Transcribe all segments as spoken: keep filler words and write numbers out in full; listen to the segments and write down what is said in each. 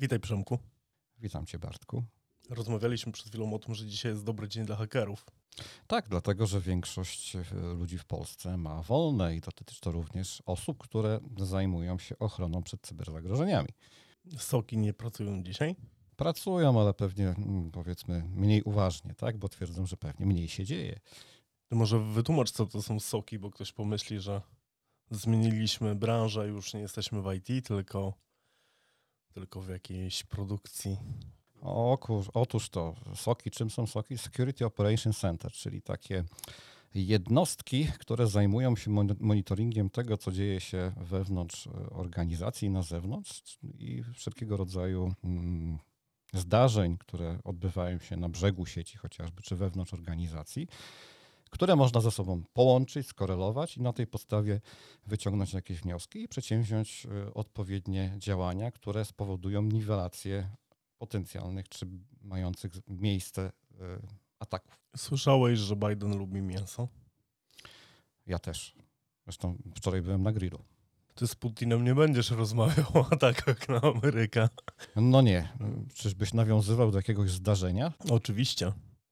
Witaj, Przemku. Witam Cię, Bartku. Rozmawialiśmy przed chwilą o tym, że dzisiaj jest dobry dzień dla hakerów. Tak, dlatego, że większość ludzi w Polsce ma wolne i dotyczy to również osób, które zajmują się ochroną przed cyberzagrożeniami. Soki nie pracują dzisiaj? Pracują, ale pewnie powiedzmy mniej uważnie, tak? Bo twierdzą, że pewnie mniej się dzieje. To może wytłumacz, co to są soki, bo ktoś pomyśli, że zmieniliśmy branżę, już nie jesteśmy w I T, tylko, tylko w jakiejś produkcji. O, kur, otóż to, soki, czym są soki? Security Operations Center, czyli takie jednostki, które zajmują się monitoringiem tego, co dzieje się wewnątrz organizacji i na zewnątrz i wszelkiego rodzaju mm, zdarzeń, które odbywają się na brzegu sieci chociażby, czy wewnątrz organizacji, które można ze sobą połączyć, skorelować i na tej podstawie wyciągnąć jakieś wnioski i przedsięwziąć odpowiednie działania, które spowodują niwelację potencjalnych czy mających miejsce y, ataków. Słyszałeś, że Biden lubi mięso? Ja też. Zresztą wczoraj byłem na grillu. Ty z Putinem nie będziesz rozmawiał o atakach na Amerykę. No nie. Czyżbyś nawiązywał do jakiegoś zdarzenia? Oczywiście.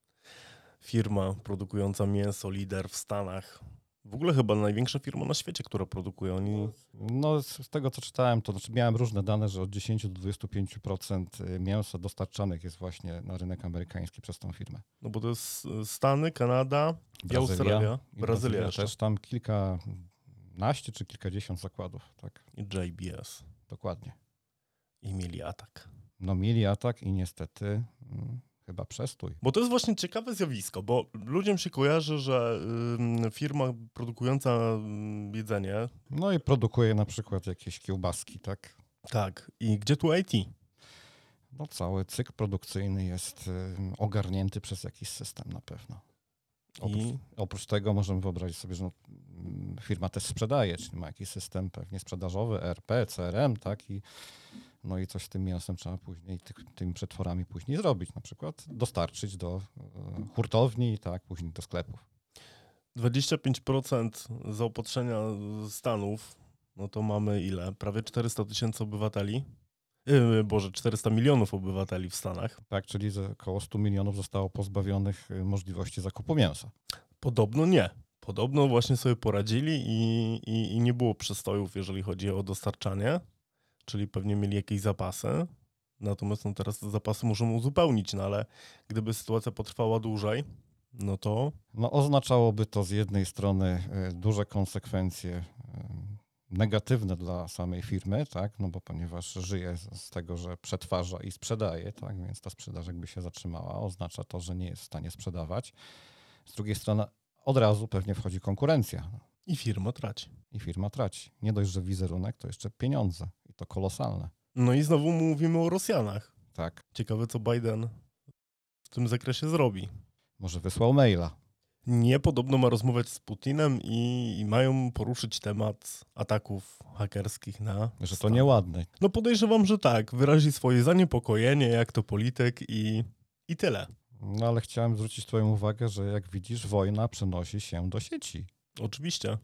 Firma produkująca mięso, lider w Stanach. W ogóle chyba największa firma na świecie, która produkuje. Oni... No z tego, co czytałem, to znaczy miałem różne dane, że od dziesięć do dwudziestu pięciu procent mięsa dostarczanych jest właśnie na rynek amerykański przez tą firmę. No bo to jest Stany, Kanada i Australia. I Brazylia Brazylia też. Tam kilkanaście czy kilkadziesiąt zakładów. Tak. I J B S. Dokładnie. I mieli atak. No mieli atak i niestety... Hmm, chyba przestój. Bo to jest właśnie ciekawe zjawisko, bo ludziom się kojarzy, że y, firma produkująca y, jedzenie... No i produkuje na przykład jakieś kiełbaski, tak? Tak. I gdzie tu I T? No cały cykl produkcyjny jest y, ogarnięty przez jakiś system na pewno. Oprócz, I... oprócz tego możemy wyobrazić sobie, że no, firma też sprzedaje, czyli ma jakiś system pewnie sprzedażowy, E R P, C R M, tak? I, no i coś z tym mięsem trzeba później, ty, tymi przetworami później zrobić, na przykład dostarczyć do y, hurtowni, tak? Później do sklepów. dwadzieścia pięć procent zaopatrzenia Stanów, no to mamy ile? Prawie czterysta tysięcy obywateli. Yy, Boże, czterysta milionów obywateli w Stanach. Tak, czyli około stu milionów zostało pozbawionych możliwości zakupu mięsa. Podobno nie. Podobno właśnie sobie poradzili i, i, i nie było przestojów, jeżeli chodzi o dostarczanie, czyli pewnie mieli jakieś zapasy. Natomiast no teraz te zapasy muszą uzupełnić, no ale gdyby sytuacja potrwała dłużej, no to... No oznaczałoby to z jednej strony duże konsekwencje negatywne dla samej firmy, tak, no bo ponieważ żyje z tego, że przetwarza i sprzedaje, tak, więc ta sprzedaż jakby się zatrzymała, oznacza to, że nie jest w stanie sprzedawać. Z drugiej strony od razu pewnie wchodzi konkurencja. I firma traci. I firma traci. Nie dość, że wizerunek, to jeszcze pieniądze i to kolosalne. No i znowu mówimy o Rosjanach. Tak. Ciekawe, co Biden w tym zakresie zrobi. Może wysłał maila. Nie, podobno ma rozmawiać z Putinem i, i mają poruszyć temat ataków hakerskich na Że to Stany. nieładne. No podejrzewam, że tak. Wyrazi swoje zaniepokojenie, jak to polityk i, i tyle. No ale chciałem zwrócić twoją uwagę, że jak widzisz, wojna przenosi się do sieci. Oczywiście.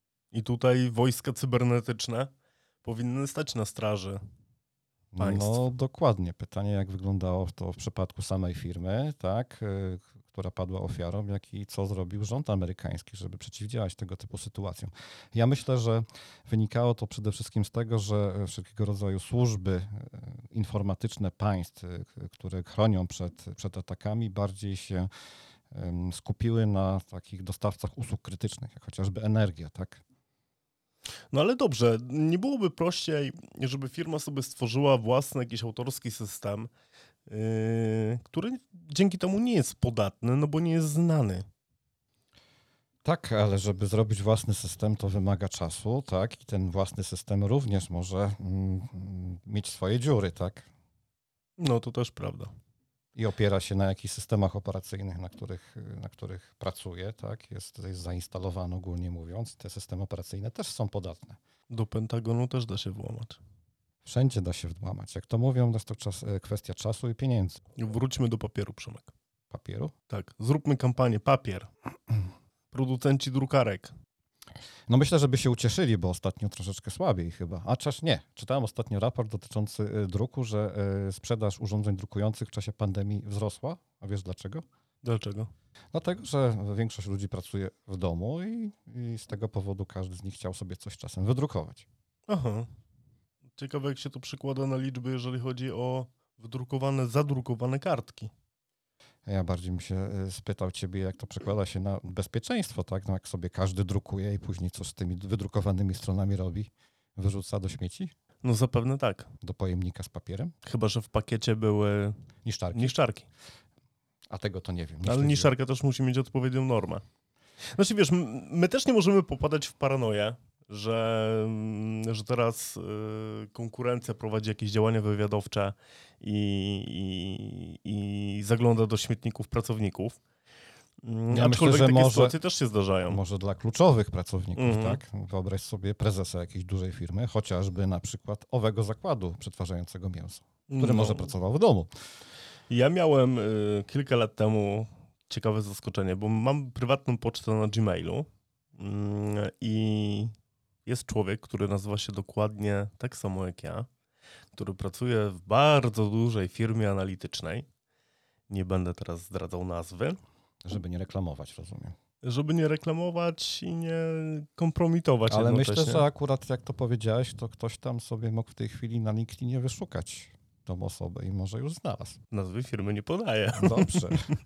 I tutaj wojska cybernetyczne powinny stać na straży państw. No dokładnie. Pytanie, jak wyglądało to w przypadku samej firmy, tak, y, która padła ofiarą, jak i co zrobił rząd amerykański, żeby przeciwdziałać tego typu sytuacjom. Ja myślę, że wynikało to przede wszystkim z tego, że wszelkiego rodzaju służby y, informatyczne państw, y, które chronią przed, przed atakami, bardziej się y, skupiły na takich dostawcach usług krytycznych, jak chociażby energia, tak? No ale dobrze, nie byłoby prościej, żeby firma sobie stworzyła własny jakiś autorski system, yy, który dzięki temu nie jest podatny, no bo nie jest znany. Tak, ale żeby zrobić własny system, to wymaga czasu, tak? I ten własny system również może mm, mieć swoje dziury, tak? No to też prawda. I opiera się na jakichś systemach operacyjnych, na których, na których pracuje, tak? Jest, jest zainstalowany ogólnie mówiąc. Te systemy operacyjne też są podatne. Do Pentagonu też da się włamać. Wszędzie da się włamać. Jak to mówią, jest to czas, kwestia czasu i pieniędzy. Wróćmy do papieru, Przemek. Papieru? Tak, zróbmy kampanię papier. Producenci drukarek. No myślę, żeby się ucieszyli, bo ostatnio troszeczkę słabiej chyba. A chociaż nie. Czytałem ostatnio raport dotyczący y, druku, że y, sprzedaż urządzeń drukujących w czasie pandemii wzrosła. A wiesz dlaczego? Dlaczego? Dlatego, że większość ludzi pracuje w domu i, i z tego powodu każdy z nich chciał sobie coś czasem wydrukować. Aha. Ciekawe, jak się to przekłada na liczby, jeżeli chodzi o wydrukowane, zadrukowane kartki. Ja bardziej bym się y, spytał ciebie, jak to przekłada się na bezpieczeństwo, tak? No jak sobie każdy drukuje i później co z tymi wydrukowanymi stronami robi? Wyrzuca do śmieci? No zapewne tak. Do pojemnika z papierem? Chyba że w pakiecie były Niszczarki? niszczarki. A tego to nie wiem. Nie Ale śledziłem. niszczarka też musi mieć odpowiednią normę. Znaczy wiesz, m- my też nie możemy popadać w paranoję, że, mm, że teraz y, konkurencja prowadzi jakieś działania wywiadowcze i, i, i zagląda do śmietników pracowników. Mm, Ja Aczkolwiek myślę, że takie może- sytuacje też się zdarzają. Może dla kluczowych pracowników, Mhm. tak? Wyobraź sobie prezesa jakiejś dużej firmy, chociażby na przykład owego zakładu przetwarzającego mięso, który No. może pracował w domu. Ja miałem y, kilka lat temu ciekawe zaskoczenie, bo mam prywatną pocztę na Gmailu mm, i jest człowiek, który nazywa się dokładnie tak samo jak ja, który pracuje w bardzo dużej firmie analitycznej. Nie będę teraz zdradzał nazwy, Żeby nie reklamować, rozumiem. żeby nie reklamować i nie kompromitować Ale jednocześnie. myślę, że akurat jak to powiedziałeś, to ktoś tam sobie mógł w tej chwili na LinkedInie wyszukać tą osobę i może już znalazł. Nazwy firmy nie podaję. Dobrze.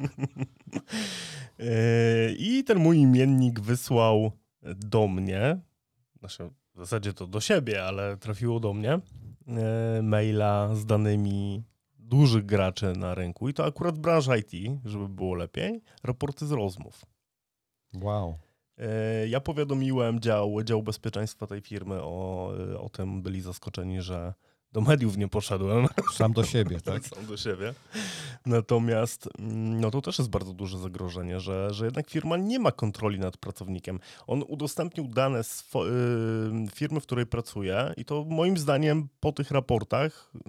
Yy, I ten mój imiennik wysłał do mnie, znaczy w zasadzie to do siebie, ale trafiło do mnie, yy, maila z danymi dużych graczy na rynku i to akurat branża I T, żeby było lepiej, raporty z rozmów. Wow. Yy, Ja powiadomiłem dział, dział bezpieczeństwa tej firmy o, o tym, byli zaskoczeni, że do mediów nie poszedłem. Sam do siebie, tak? Sam do siebie. Natomiast mm, no to też jest bardzo duże zagrożenie, że, że jednak firma nie ma kontroli nad pracownikiem. On udostępnił dane swo- y, firmy, w której pracuje i to moim zdaniem po tych raportach y,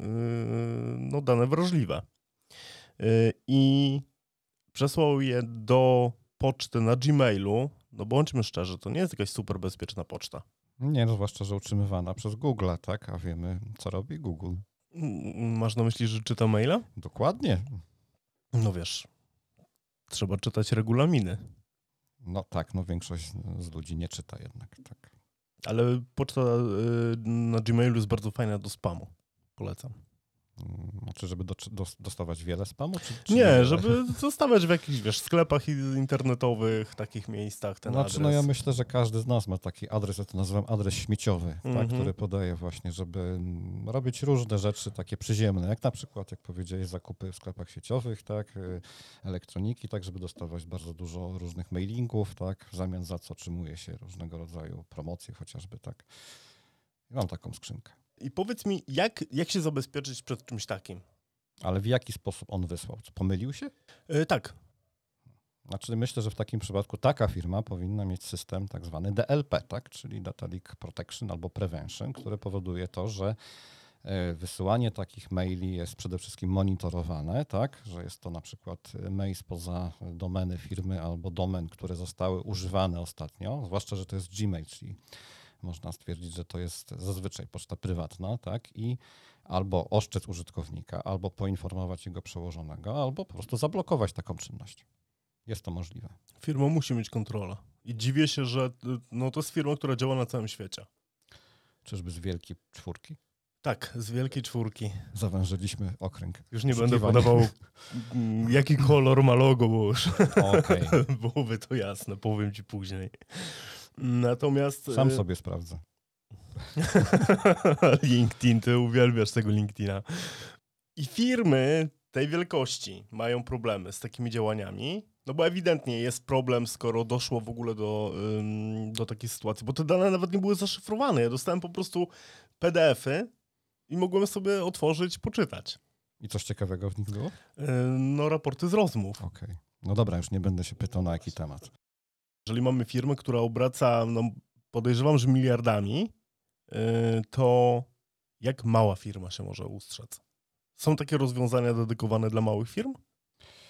no dane wrażliwe. Y, I przesłał je do poczty na Gmailu. No bądźmy szczerzy, to nie jest jakaś super bezpieczna poczta. Nie, no zwłaszcza, że utrzymywana przez Google'a, tak? A wiemy, co robi Google. Mm, Masz na myśli, że czyta maila? Dokładnie. No wiesz, trzeba czytać regulaminy. No tak, no większość z ludzi nie czyta jednak, tak. Ale poczta y, na Gmailu jest bardzo fajna do spamu. Polecam. Mm, Znaczy, żeby do, dos- dostawać wiele spamu? Czy, czy Nie, wiele? żeby zostawiać w jakichś, wiesz, sklepach i- internetowych, takich miejscach ten Znaczy, adres. no ja myślę, że każdy z nas ma taki adres, ja to nazywam adres śmieciowy, tak, Mhm. który podaje właśnie, żeby mm, robić różne rzeczy takie przyziemne, jak na przykład, jak powiedziałeś, zakupy w sklepach sieciowych, tak, y, elektroniki, tak, żeby dostawać bardzo dużo różnych mailingów, tak, w zamian za co otrzymuje się różnego rodzaju promocje chociażby, tak. I mam taką skrzynkę. I powiedz mi, jak, jak się zabezpieczyć przed czymś takim? Ale w jaki sposób on wysłał? Co, pomylił się? Y, tak. Znaczy myślę, że w takim przypadku taka firma powinna mieć system tak zwany D L P, tak? Czyli Data Leak Protection albo Prevention, który powoduje to, że e, wysyłanie takich maili jest przede wszystkim monitorowane, tak? Że jest to na przykład mail spoza domeny firmy albo domen, które zostały używane ostatnio, zwłaszcza, że to jest Gmail, czyli można stwierdzić, że to jest zazwyczaj poczta prywatna, tak? I albo oszczędz użytkownika, albo poinformować jego przełożonego, albo po prostu zablokować taką czynność. Jest to możliwe. Firma musi mieć kontrolę. I dziwię się, że y, no, to jest firma, która działa na całym świecie. Czyżby z wielkiej czwórki? Tak, z wielkiej czwórki. Zawężyliśmy okręg. Już nie będę poszukiwań. podawał, mm, jaki kolor ma logo, bo już Okej, byłoby to jasne, powiem ci później. Natomiast... sam y, sobie sprawdzę. LinkedIn, ty uwielbiasz tego LinkedIna. I firmy tej wielkości mają problemy z takimi działaniami, no bo ewidentnie jest problem, skoro doszło w ogóle do, ym, do takiej sytuacji, bo te dane nawet nie były zaszyfrowane. Ja dostałem po prostu P D F-y i mogłem sobie otworzyć, poczytać. I coś ciekawego w nich było? Yy, no raporty z rozmów. Okej. No dobra, już nie będę się pytał na jaki temat. Jeżeli mamy firmę, która obraca, no podejrzewam, że miliardami, yy, to jak mała firma się może ustrzec? Są takie rozwiązania dedykowane dla małych firm?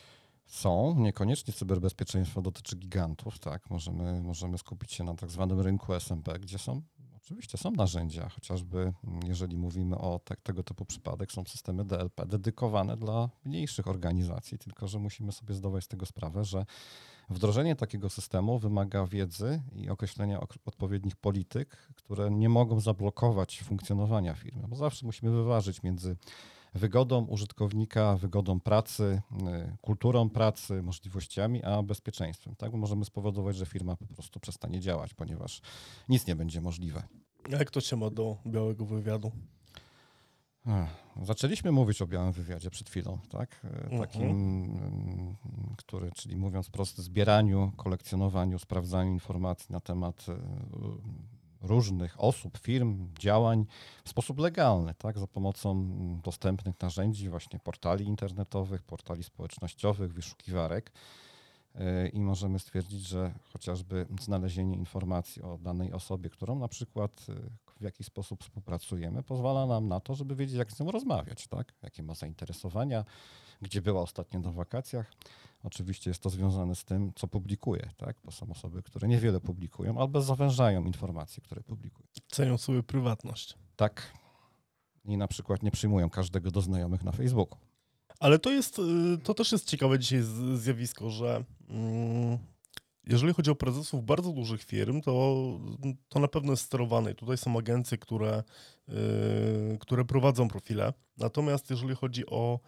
Są, niekoniecznie cyberbezpieczeństwo dotyczy gigantów, tak, możemy, możemy skupić się na tak zwanym rynku S M B, gdzie są, oczywiście są narzędzia, chociażby jeżeli mówimy o te, tego typu przypadek, są systemy D L P dedykowane dla mniejszych organizacji, tylko że musimy sobie zdawać z tego sprawę, że wdrożenie takiego systemu wymaga wiedzy i określenia ok- odpowiednich polityk, które nie mogą zablokować funkcjonowania firmy, bo zawsze musimy wyważyć między wygodą użytkownika, wygodą pracy, y, kulturą pracy, możliwościami, a bezpieczeństwem. Tak, bo możemy spowodować, że firma po prostu przestanie działać, ponieważ nic nie będzie możliwe. A jak to się ma do białego wywiadu? Ech, Zaczęliśmy mówić o białym wywiadzie przed chwilą, tak? Y, Mhm. Takim, mm, który, czyli mówiąc prosto, zbieraniu, kolekcjonowaniu, sprawdzaniu informacji na temat y, różnych osób, firm, działań w sposób legalny, tak? Za pomocą mm, dostępnych narzędzi, właśnie portali internetowych, portali społecznościowych, wyszukiwarek. Y, I możemy stwierdzić, że chociażby znalezienie informacji o danej osobie, którą na przykład y, w jakiś sposób współpracujemy, pozwala nam na to, żeby wiedzieć, jak z nią rozmawiać, tak? Jakie ma zainteresowania, gdzie była ostatnio na wakacjach. Oczywiście jest to związane z tym, co publikuje, tak? Bo są osoby, które niewiele publikują albo zawężają informacje, które publikują. Cenią sobie prywatność. Tak. I na przykład nie przyjmują każdego do znajomych na Facebooku. Ale to jest, y, to też jest ciekawe dzisiaj z- zjawisko, że mm, jeżeli chodzi o prezesów bardzo dużych firm, to, to na pewno jest sterowane. I tutaj są agencje, które, y, które prowadzą profile. Natomiast jeżeli chodzi o,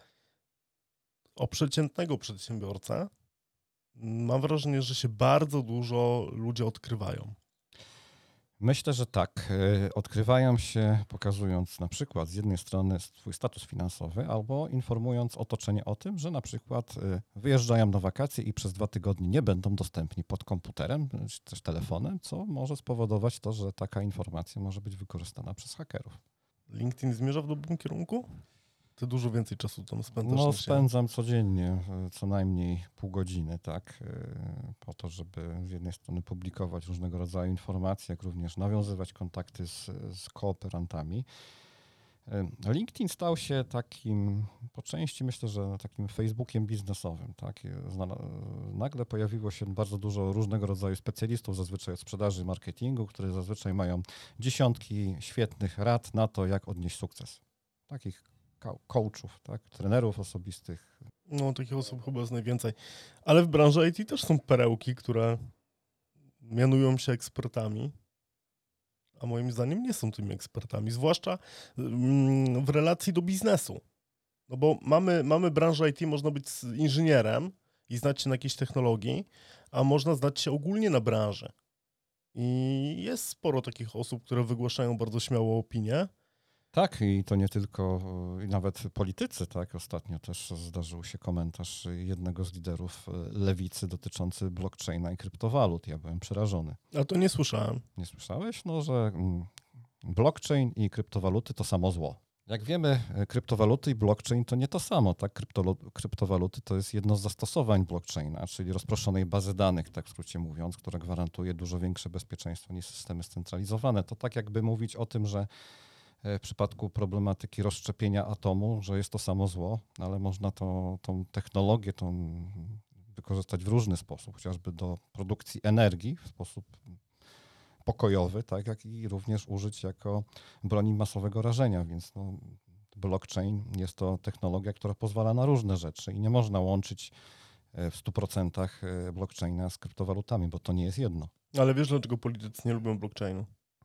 o przeciętnego przedsiębiorcę, mam wrażenie, że się bardzo dużo ludzie odkrywają. Myślę, że tak. Y, Odkrywają się, pokazując na przykład z jednej strony swój status finansowy, albo informując otoczenie o tym, że na przykład y, wyjeżdżają na wakacje i przez dwa tygodnie nie będą dostępni pod komputerem czy też telefonem, co może spowodować to, że taka informacja może być wykorzystana przez hakerów. LinkedIn zmierza w dobrym kierunku? Ty dużo więcej czasu tam spędzasz No, niż ja. spędzam codziennie y, co najmniej pół godziny, tak, y, po to, żeby z jednej strony publikować różnego rodzaju informacje, jak również nawiązywać kontakty z, z kooperantami. Y, LinkedIn stał się takim, po części myślę, że takim Facebookiem biznesowym, tak. Y, znala- Nagle pojawiło się bardzo dużo różnego rodzaju specjalistów, zazwyczaj od sprzedaży i marketingu, które zazwyczaj mają dziesiątki świetnych rad na to, jak odnieść sukces. Takich ko- coachów, tak, trenerów osobistych. No, takich osób chyba jest najwięcej. Ale w branży I T też są perełki, które mianują się ekspertami, a moim zdaniem nie są tymi ekspertami, zwłaszcza mm, w relacji do biznesu. No bo mamy, mamy branżę I T, można być z- inżynierem i znać się na jakiejś technologii, a można znać się ogólnie na branży. I jest sporo takich osób, które wygłaszają bardzo śmiałą opinię. Tak, i to nie tylko, i nawet politycy, tak. Ostatnio też zdarzył się komentarz jednego z liderów lewicy dotyczący blockchaina i kryptowalut. Ja byłem przerażony. A to nie słyszałem. Nie słyszałeś? No, że mm, blockchain i kryptowaluty to samo zło. Jak wiemy, kryptowaluty i blockchain to nie to samo, tak? Kryptolo- kryptowaluty to jest jedno z zastosowań blockchaina, czyli rozproszonej bazy danych, tak w skrócie mówiąc, która gwarantuje dużo większe bezpieczeństwo niż systemy scentralizowane. To tak jakby mówić o tym, że w przypadku problematyki rozszczepienia atomu, że jest to samo zło, ale można to, tą technologię tą wykorzystać w różny sposób, chociażby do produkcji energii w sposób pokojowy, tak jak i również użyć jako broni masowego rażenia, więc no, blockchain jest to technologia, która pozwala na różne rzeczy i nie można łączyć w stu procentach blockchaina z kryptowalutami, bo to nie jest jedno. Ale wiesz, dlaczego politycy nie lubią blockchainu?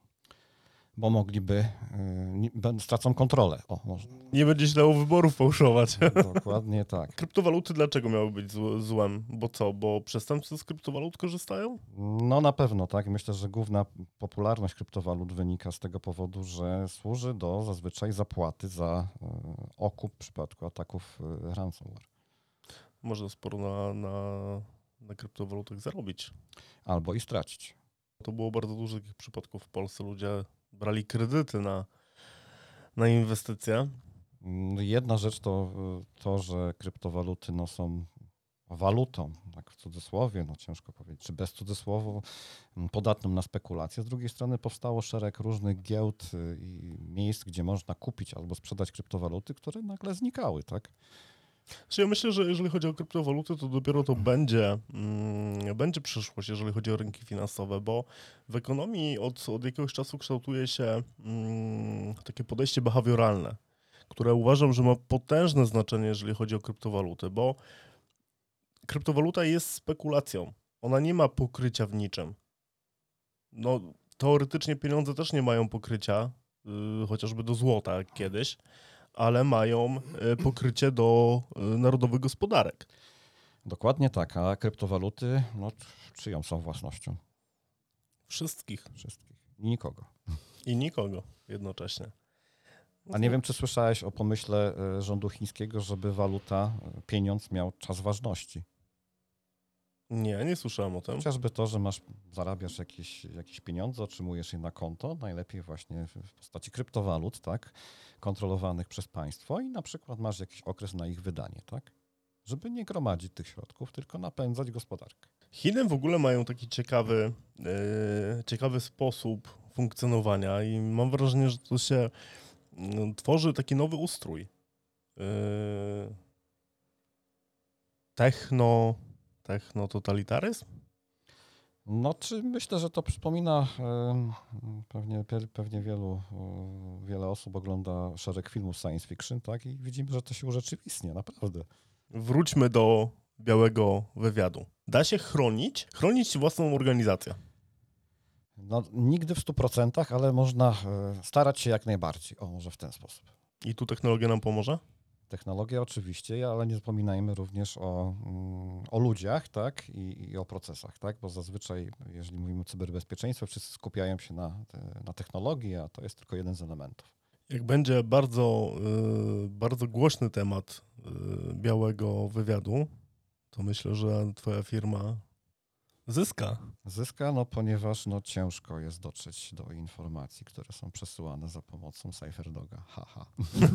Bo mogliby, yy, stracą kontrolę. O, można. Nie będzie się dało wyborów fałszować. Dokładnie tak. Kryptowaluty dlaczego miały być zł- złem? Bo co, bo przestępcy z kryptowalut korzystają? No na pewno, tak. Myślę, że główna popularność kryptowalut wynika z tego powodu, że służy do zazwyczaj zapłaty za yy, okup w przypadku ataków yy, ransomware. Można sporo na, na, na kryptowalutach zarobić. Albo i stracić. To było bardzo dużo takich przypadków w Polsce. Ludzie brali kredyty na, na inwestycje. Jedna rzecz to to, że kryptowaluty no, są walutą, tak w cudzysłowie, no ciężko powiedzieć, czy bez cudzysłowu, podatną na spekulacje. Z drugiej strony powstało szereg różnych giełd i miejsc, gdzie można kupić albo sprzedać kryptowaluty, które nagle znikały, tak? Znaczy ja myślę, że jeżeli chodzi o kryptowaluty, to dopiero to będzie, mm, będzie przyszłość, jeżeli chodzi o rynki finansowe, bo w ekonomii od, od jakiegoś czasu kształtuje się mm, takie podejście behawioralne, które uważam, że ma potężne znaczenie, jeżeli chodzi o kryptowaluty, bo kryptowaluta jest spekulacją. Ona nie ma pokrycia w niczym. No, teoretycznie pieniądze też nie mają pokrycia, yy, chociażby do złota jak kiedyś, ale mają y, pokrycie do y, narodowych gospodarek. Dokładnie tak, a kryptowaluty, no czyją są własnością? Wszystkich Wszystkich. I nikogo. i nikogo jednocześnie. A nie wiem, czy słyszałeś o pomyśle e, rządu chińskiego, żeby waluta, e, pieniądz miał czas ważności. Nie, nie słyszałem o tym. Chociażby to, że masz, zarabiasz jakieś, jakieś pieniądze, otrzymujesz je na konto, najlepiej właśnie w w postaci kryptowalut, tak, kontrolowanych przez państwo i na przykład masz jakiś okres na ich wydanie, tak, żeby nie gromadzić tych środków, tylko napędzać gospodarkę. Chiny w ogóle mają taki ciekawy, yy, ciekawy sposób funkcjonowania i mam wrażenie, że to się yy, tworzy taki nowy ustrój. Yy, techno, techno-totalitaryzm? No, czy myślę, że to przypomina, em, pewnie, pe- pewnie wielu, e, wiele osób ogląda szereg filmów science fiction, tak, i widzimy, że to się urzeczywistnia, naprawdę. Wróćmy do białego wywiadu. Da się chronić, chronić własną organizację. No, nigdy w stu procentach, ale można e, starać się jak najbardziej. O, może w ten sposób. I tu technologia nam pomoże? Technologia oczywiście, ale nie zapominajmy również o, mm, o ludziach, tak, I, i o procesach, tak, bo zazwyczaj, jeżeli mówimy o cyberbezpieczeństwie, wszyscy skupiają się na, te, na technologii, a to jest tylko jeden z elementów. Jak będzie bardzo, y, bardzo głośny temat y, białego wywiadu, to myślę, że twoja firma zyska. Zyska, no ponieważ no, ciężko jest dotrzeć do informacji, które są przesyłane za pomocą CypherDoga. Haha.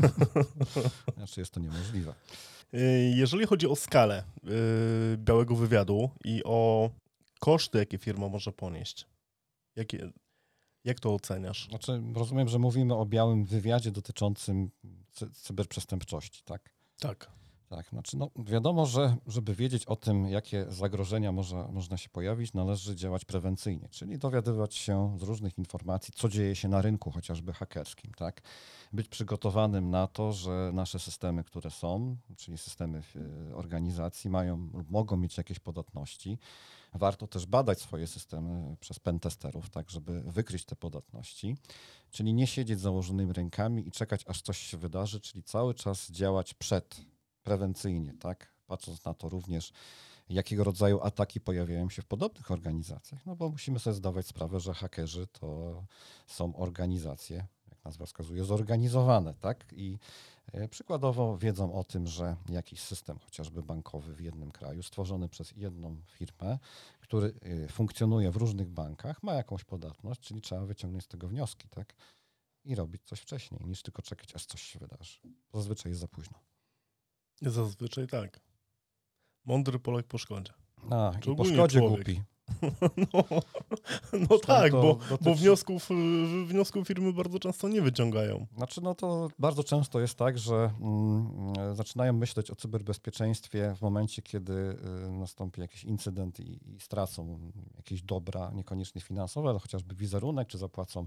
Znaczy jest to niemożliwe. Y, Jeżeli chodzi o skalę y, białego wywiadu i o koszty, jakie firma może ponieść, jakie, jak to oceniasz? Znaczy rozumiem, że mówimy o białym wywiadzie dotyczącym cy- cyberprzestępczości, tak? Tak. Tak, znaczy no wiadomo, że żeby wiedzieć o tym, jakie zagrożenia może, można się pojawić, należy działać prewencyjnie, czyli dowiadywać się z różnych informacji, co dzieje się na rynku chociażby hakerskim, tak? Być przygotowanym na to, że nasze systemy, które są, czyli systemy e, organizacji mają lub mogą mieć jakieś podatności. Warto też badać swoje systemy przez pentesterów, tak, żeby wykryć te podatności, czyli nie siedzieć z założonymi rękami i czekać, aż coś się wydarzy, czyli cały czas działać przed prewencyjnie, tak? Patrząc na to również, jakiego rodzaju ataki pojawiają się w podobnych organizacjach, no bo musimy sobie zdawać sprawę, że hakerzy to są organizacje, jak nazwa wskazuje, zorganizowane, tak? I e, przykładowo wiedzą o tym, że jakiś system, chociażby bankowy w jednym kraju, stworzony przez jedną firmę, który e, funkcjonuje w różnych bankach, ma jakąś podatność, czyli trzeba wyciągnąć z tego wnioski, tak? I robić coś wcześniej, niż tylko czekać, aż coś się wydarzy. Zazwyczaj jest za późno. Zazwyczaj tak. Mądry Polak po szkodzie. A, Czy i po ogólnie szkodzie człowiek. głupi. No, no tak, to bo, dotyczy- bo wniosków, y, wniosków firmy bardzo często nie wyciągają. Znaczy, no to bardzo często jest tak, że mm, zaczynają myśleć o cyberbezpieczeństwie w momencie, kiedy y, nastąpi jakiś incydent i, i stracą jakieś dobra, niekoniecznie finansowe, ale chociażby wizerunek, czy zapłacą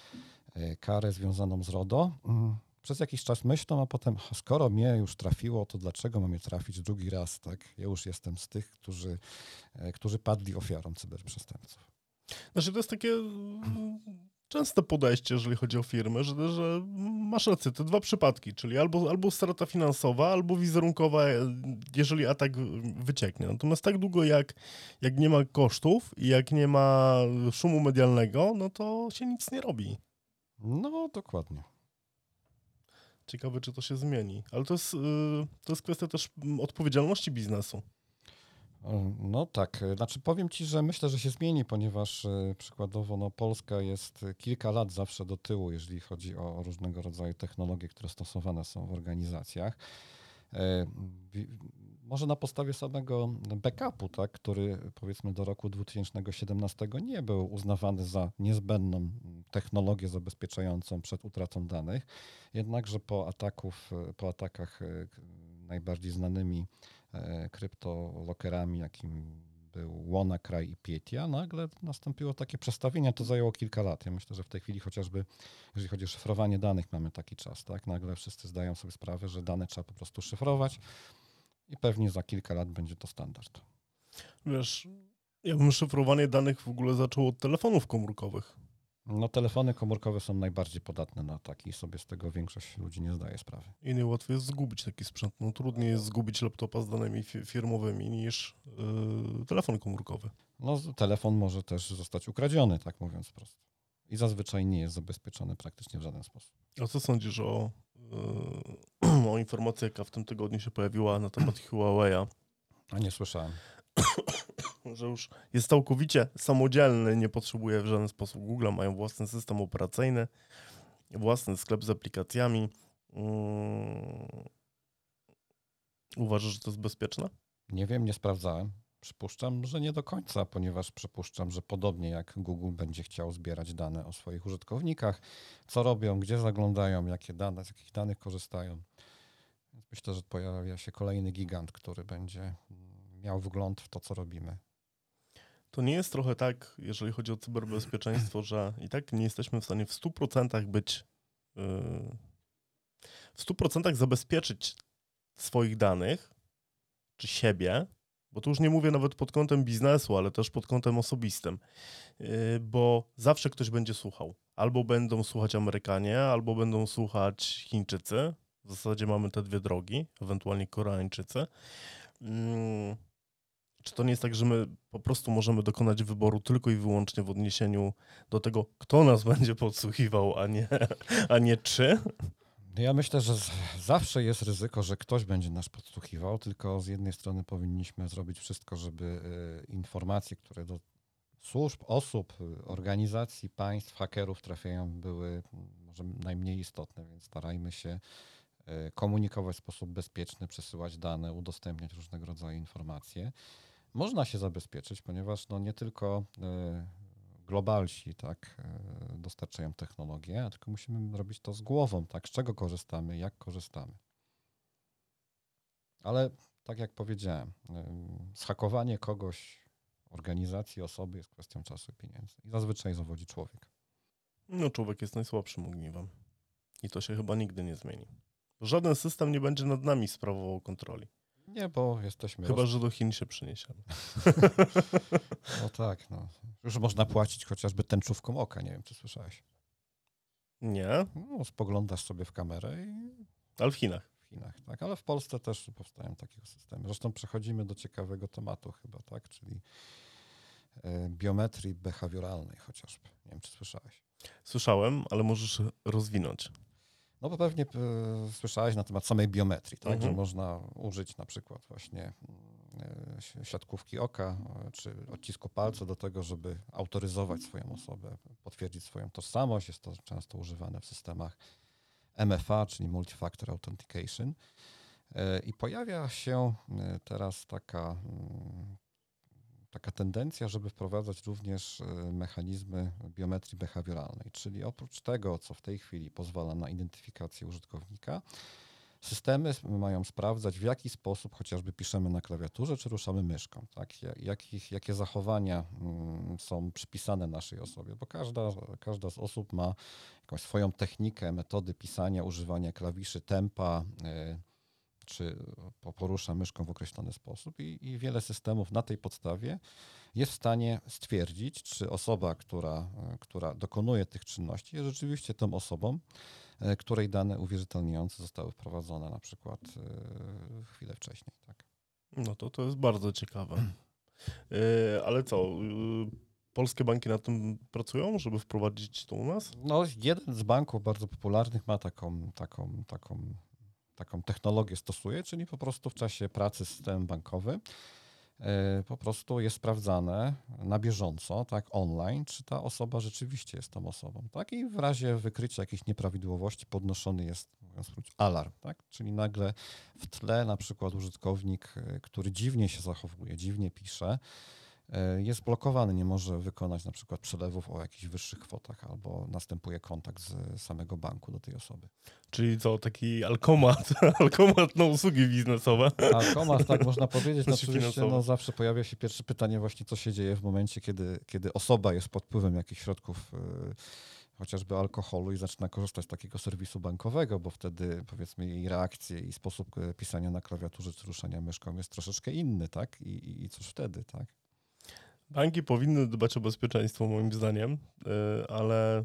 y, karę związaną z RODO. Mm. Przez jakiś czas myślą, a potem, skoro mnie już trafiło, to dlaczego mam je trafić drugi raz, tak? Ja już jestem z tych, którzy, y, którzy padli ofiarą cyberprzestępców. Znaczy to jest takie mm, częste podejście, jeżeli chodzi o firmy, że, że masz rację, te dwa przypadki, czyli albo, albo strata finansowa, albo wizerunkowa, jeżeli atak wycieknie. Natomiast tak długo jak, jak nie ma kosztów i jak nie ma szumu medialnego, no to się nic nie robi. No, dokładnie. Ciekawe, czy to się zmieni. Ale to jest, y, to jest kwestia też mm, odpowiedzialności biznesu. No tak, znaczy powiem Ci, że myślę, że się zmieni, ponieważ e, przykładowo no, Polska jest kilka lat zawsze do tyłu, jeżeli chodzi o różnego rodzaju technologie, które stosowane są w organizacjach. E, wi- Może na podstawie samego backupu, tak, który powiedzmy do roku dwa tysiące siedemnastego nie był uznawany za niezbędną technologię zabezpieczającą przed utratą danych, jednakże po ataków, po atakach e, najbardziej znanymi e, kryptolokerami, jakim był WannaCry i Petya, nagle nastąpiło takie przestawienie, to zajęło kilka lat. Ja myślę, że w tej chwili chociażby, jeżeli chodzi o szyfrowanie danych, mamy taki czas, tak? Nagle wszyscy zdają sobie sprawę, że dane trzeba po prostu szyfrować i pewnie za kilka lat będzie to standard. Wiesz, ja bym szyfrowanie danych w ogóle zaczął od telefonów komórkowych. No telefony komórkowe są najbardziej podatne na ataki i sobie z tego większość ludzi nie zdaje sprawy. I najłatwiej jest zgubić taki sprzęt. No trudniej jest zgubić laptopa z danymi fi- firmowymi niż yy, telefon komórkowy. No telefon może też zostać ukradziony, tak mówiąc prosto. I zazwyczaj nie jest zabezpieczony praktycznie w żaden sposób. A co sądzisz o, yy, o informacji, jaka w tym tygodniu się pojawiła na temat Huawei'a? A nie słyszałem. Że już jest całkowicie samodzielny, nie potrzebuje w żaden sposób Google'a, mają własny system operacyjny, własny sklep z aplikacjami. Hmm. Uważasz, że to jest bezpieczne? Nie wiem, nie sprawdzałem. Przypuszczam, że nie do końca, ponieważ przypuszczam, że podobnie jak Google będzie chciał zbierać dane o swoich użytkownikach, co robią, gdzie zaglądają, jakie dane, z jakich danych korzystają. Więc myślę, że pojawia się kolejny gigant, który będzie miał wgląd w to, co robimy. To nie jest trochę tak, jeżeli chodzi o cyberbezpieczeństwo, że i tak nie jesteśmy w stanie w stu procentach być, yy, w stu procentach zabezpieczyć swoich danych, czy siebie, bo tu już nie mówię nawet pod kątem biznesu, ale też pod kątem osobistym, yy, bo zawsze ktoś będzie słuchał. Albo będą słuchać Amerykanie, albo będą słuchać Chińczycy. W zasadzie mamy te dwie drogi, ewentualnie Koreańczycy. Yy. Czy to nie jest tak, że my po prostu możemy dokonać wyboru tylko i wyłącznie w odniesieniu do tego, kto nas będzie podsłuchiwał, a nie, a nie czy? Ja myślę, że z- zawsze jest ryzyko, że ktoś będzie nas podsłuchiwał, tylko z jednej strony powinniśmy zrobić wszystko, żeby y, informacje, które do służb, osób, y, organizacji, państw, hakerów trafiają, były mm, może najmniej istotne, więc starajmy się y, komunikować w sposób bezpieczny, przesyłać dane, udostępniać różnego rodzaju informacje. Można się zabezpieczyć, ponieważ no nie tylko y, globalsi tak, y, dostarczają technologię, a tylko musimy robić to z głową, tak, z czego korzystamy, jak korzystamy. Ale tak jak powiedziałem, y, zhakowanie kogoś, organizacji, osoby jest kwestią czasu i pieniędzy. I zazwyczaj zawodzi człowiek. No człowiek jest najsłabszym ogniwem. I to się chyba nigdy nie zmieni. Żaden system nie będzie nad nami sprawował kontroli. Nie, bo jesteśmy... Chyba, roz... że do Chin się przyniesiemy. No tak, no. Już można płacić chociażby tęczówką oka, nie wiem, czy słyszałeś. Nie, No, spoglądasz sobie w kamerę i ale w Chinach. w Chinach, tak, ale w Polsce też powstają takie systemy. Zresztą przechodzimy do ciekawego tematu chyba, tak, czyli e, biometrii behawioralnej chociażby. Nie wiem, czy słyszałeś. Słyszałem, ale możesz rozwinąć. No bo pewnie e, słyszałeś na temat samej biometrii, tak, Mhm. że można użyć na przykład właśnie e, siatkówki oka e, czy odcisku palca do tego, żeby autoryzować swoją osobę, potwierdzić swoją tożsamość. Jest to często używane w systemach M F A, czyli Multi-Factor Authentication. E, I pojawia się e, teraz taka, mm, taka tendencja, żeby wprowadzać również e, mechanizmy biometrii behawioralnej, czyli oprócz tego, co w tej chwili pozwala na identyfikację użytkownika, systemy mają sprawdzać, w jaki sposób chociażby piszemy na klawiaturze, czy ruszamy myszką, tak? Ja- Jakich, jakie zachowania mm, są przypisane naszej osobie, bo każda, każda z osób ma jakąś swoją technikę, metody pisania, używania klawiszy, tempa, y, czy po- porusza myszką w określony sposób i, i wiele systemów na tej podstawie jest w stanie stwierdzić, czy osoba, która, która dokonuje tych czynności, jest rzeczywiście tą osobą, e, której dane uwierzytelniające zostały wprowadzone na przykład e, chwilę wcześniej. Tak. No to to jest bardzo ciekawe. Yy, ale co, yy, polskie banki nad tym pracują, żeby wprowadzić to u nas? No, jeden z banków bardzo popularnych ma taką, taką, taką, taką technologię stosuje, czyli po prostu w czasie pracy z systemem bankowym e, po prostu jest sprawdzane na bieżąco, tak, online, czy ta osoba rzeczywiście jest tą osobą, tak, i w razie wykrycia jakichś nieprawidłowości podnoszony jest, mówiąc krótko, alarm, tak, czyli nagle w tle na przykład użytkownik, e, który dziwnie się zachowuje, dziwnie pisze, e, jest blokowany, nie może wykonać na przykład przelewów o jakichś wyższych kwotach albo następuje kontakt z samego banku do tej osoby. Czyli co, taki alkomat, alkomat na usługi biznesowe. Alkomat, tak można powiedzieć. No, Znaczy oczywiście finansowe. no, zawsze pojawia się pierwsze pytanie właśnie, co się dzieje w momencie, kiedy, kiedy osoba jest pod wpływem jakichś środków, y, chociażby alkoholu i zaczyna korzystać z takiego serwisu bankowego, bo wtedy powiedzmy jej reakcje i sposób y, pisania na klawiaturze czy ruszania myszką jest troszeczkę inny, tak? I, i, i cóż wtedy, tak? Banki powinny dbać o bezpieczeństwo moim zdaniem, y, ale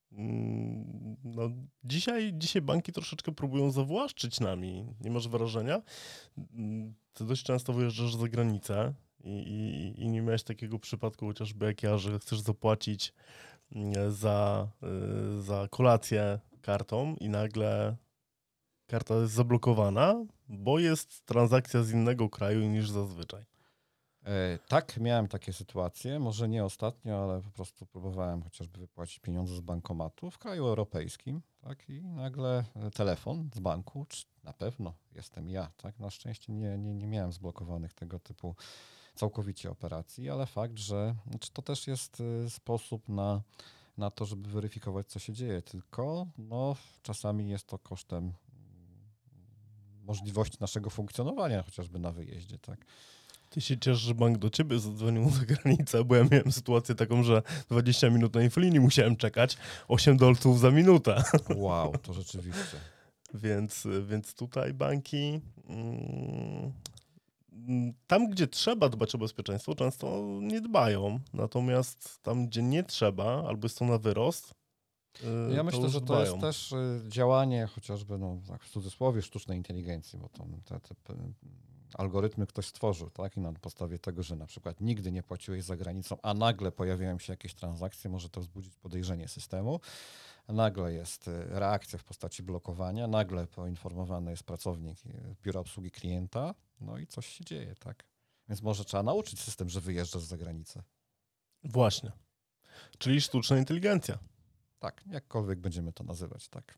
mm, no, dzisiaj, dzisiaj banki troszeczkę próbują zawłaszczyć nami. Nie masz wrażenia? Mm, Ty dość często wyjeżdżasz za granicę i, i, i nie miałeś takiego przypadku chociażby jak ja, że chcesz zapłacić mm, za, y, za kolację kartą i nagle karta jest zablokowana, bo jest transakcja z innego kraju niż zazwyczaj. E, Tak, miałem takie sytuacje, może nie ostatnio, ale po prostu próbowałem chociażby wypłacić pieniądze z bankomatu w kraju europejskim, tak, i nagle e, telefon z banku, czy na pewno jestem ja, tak, na szczęście nie, nie, nie miałem zblokowanych tego typu całkowicie operacji, ale fakt, że znaczy to też jest e, sposób na, na to, żeby weryfikować, co się dzieje, tylko no, czasami jest to kosztem mm, możliwości naszego funkcjonowania, chociażby na wyjeździe, tak. Ty się cieszysz, że bank do ciebie zadzwonił za granicę, bo ja miałem sytuację taką, że dwadzieścia minut na infolinii musiałem czekać, osiem dolców za minutę. Wow, to rzeczywiście. Więc, więc tutaj banki mm, tam, gdzie trzeba dbać o bezpieczeństwo, często nie dbają. Natomiast tam, gdzie nie trzeba, albo jest to na wyrost, yy, Ja to myślę, już że to dbają. jest też y, działanie chociażby, no tak w cudzysłowie, sztucznej inteligencji, bo tam te, te p- algorytmy ktoś stworzył, tak? I na podstawie tego, że na przykład nigdy nie płaciłeś za granicą, a nagle pojawiają się jakieś transakcje, może to wzbudzić podejrzenie systemu. Nagle jest y, reakcja w postaci blokowania, nagle poinformowany jest pracownik y, biura obsługi klienta, no i coś się dzieje, tak? Więc może trzeba nauczyć system, że wyjeżdżasz za granicę. Właśnie. Czyli sztuczna inteligencja. Tak, jakkolwiek będziemy to nazywać, tak.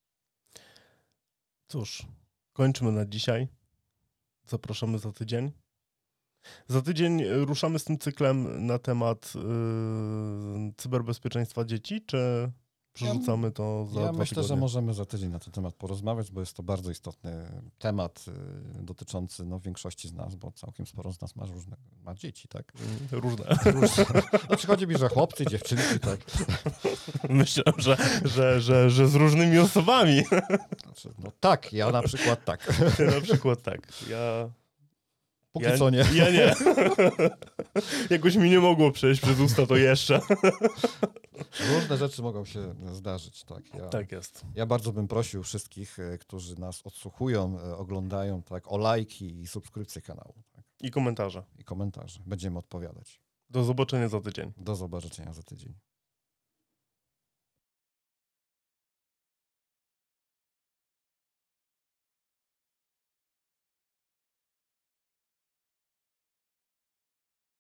Cóż, kończymy na dzisiaj. Zapraszamy za tydzień. Za tydzień ruszamy z tym cyklem na temat yy, cyberbezpieczeństwa dzieci, czy przerzucamy to za Ja dwa myślę, że tygodnie? możemy za tydzień na ten temat porozmawiać, bo jest to bardzo istotny temat y, dotyczący no, większości z nas, bo całkiem sporo z nas ma, różne, ma dzieci, tak? Mm, Różne. Różne. No, przychodzi mi, że chłopcy, dziewczynki, tak? Myślę, że, że, że, że z różnymi osobami. Znaczy, no tak, ja na przykład tak. Ty na przykład tak. Ja, Póki ja, co nie. Ja nie. Jakoś mi nie mogło przejść przez usta to jeszcze. Różne rzeczy mogą się zdarzyć, tak? Ja, Tak jest. ja bardzo bym prosił wszystkich, y, którzy nas odsłuchują, y, oglądają, tak, o lajki i subskrypcję kanału, tak? I komentarze. I komentarze. Będziemy odpowiadać. Do zobaczenia za tydzień. Do zobaczenia za tydzień.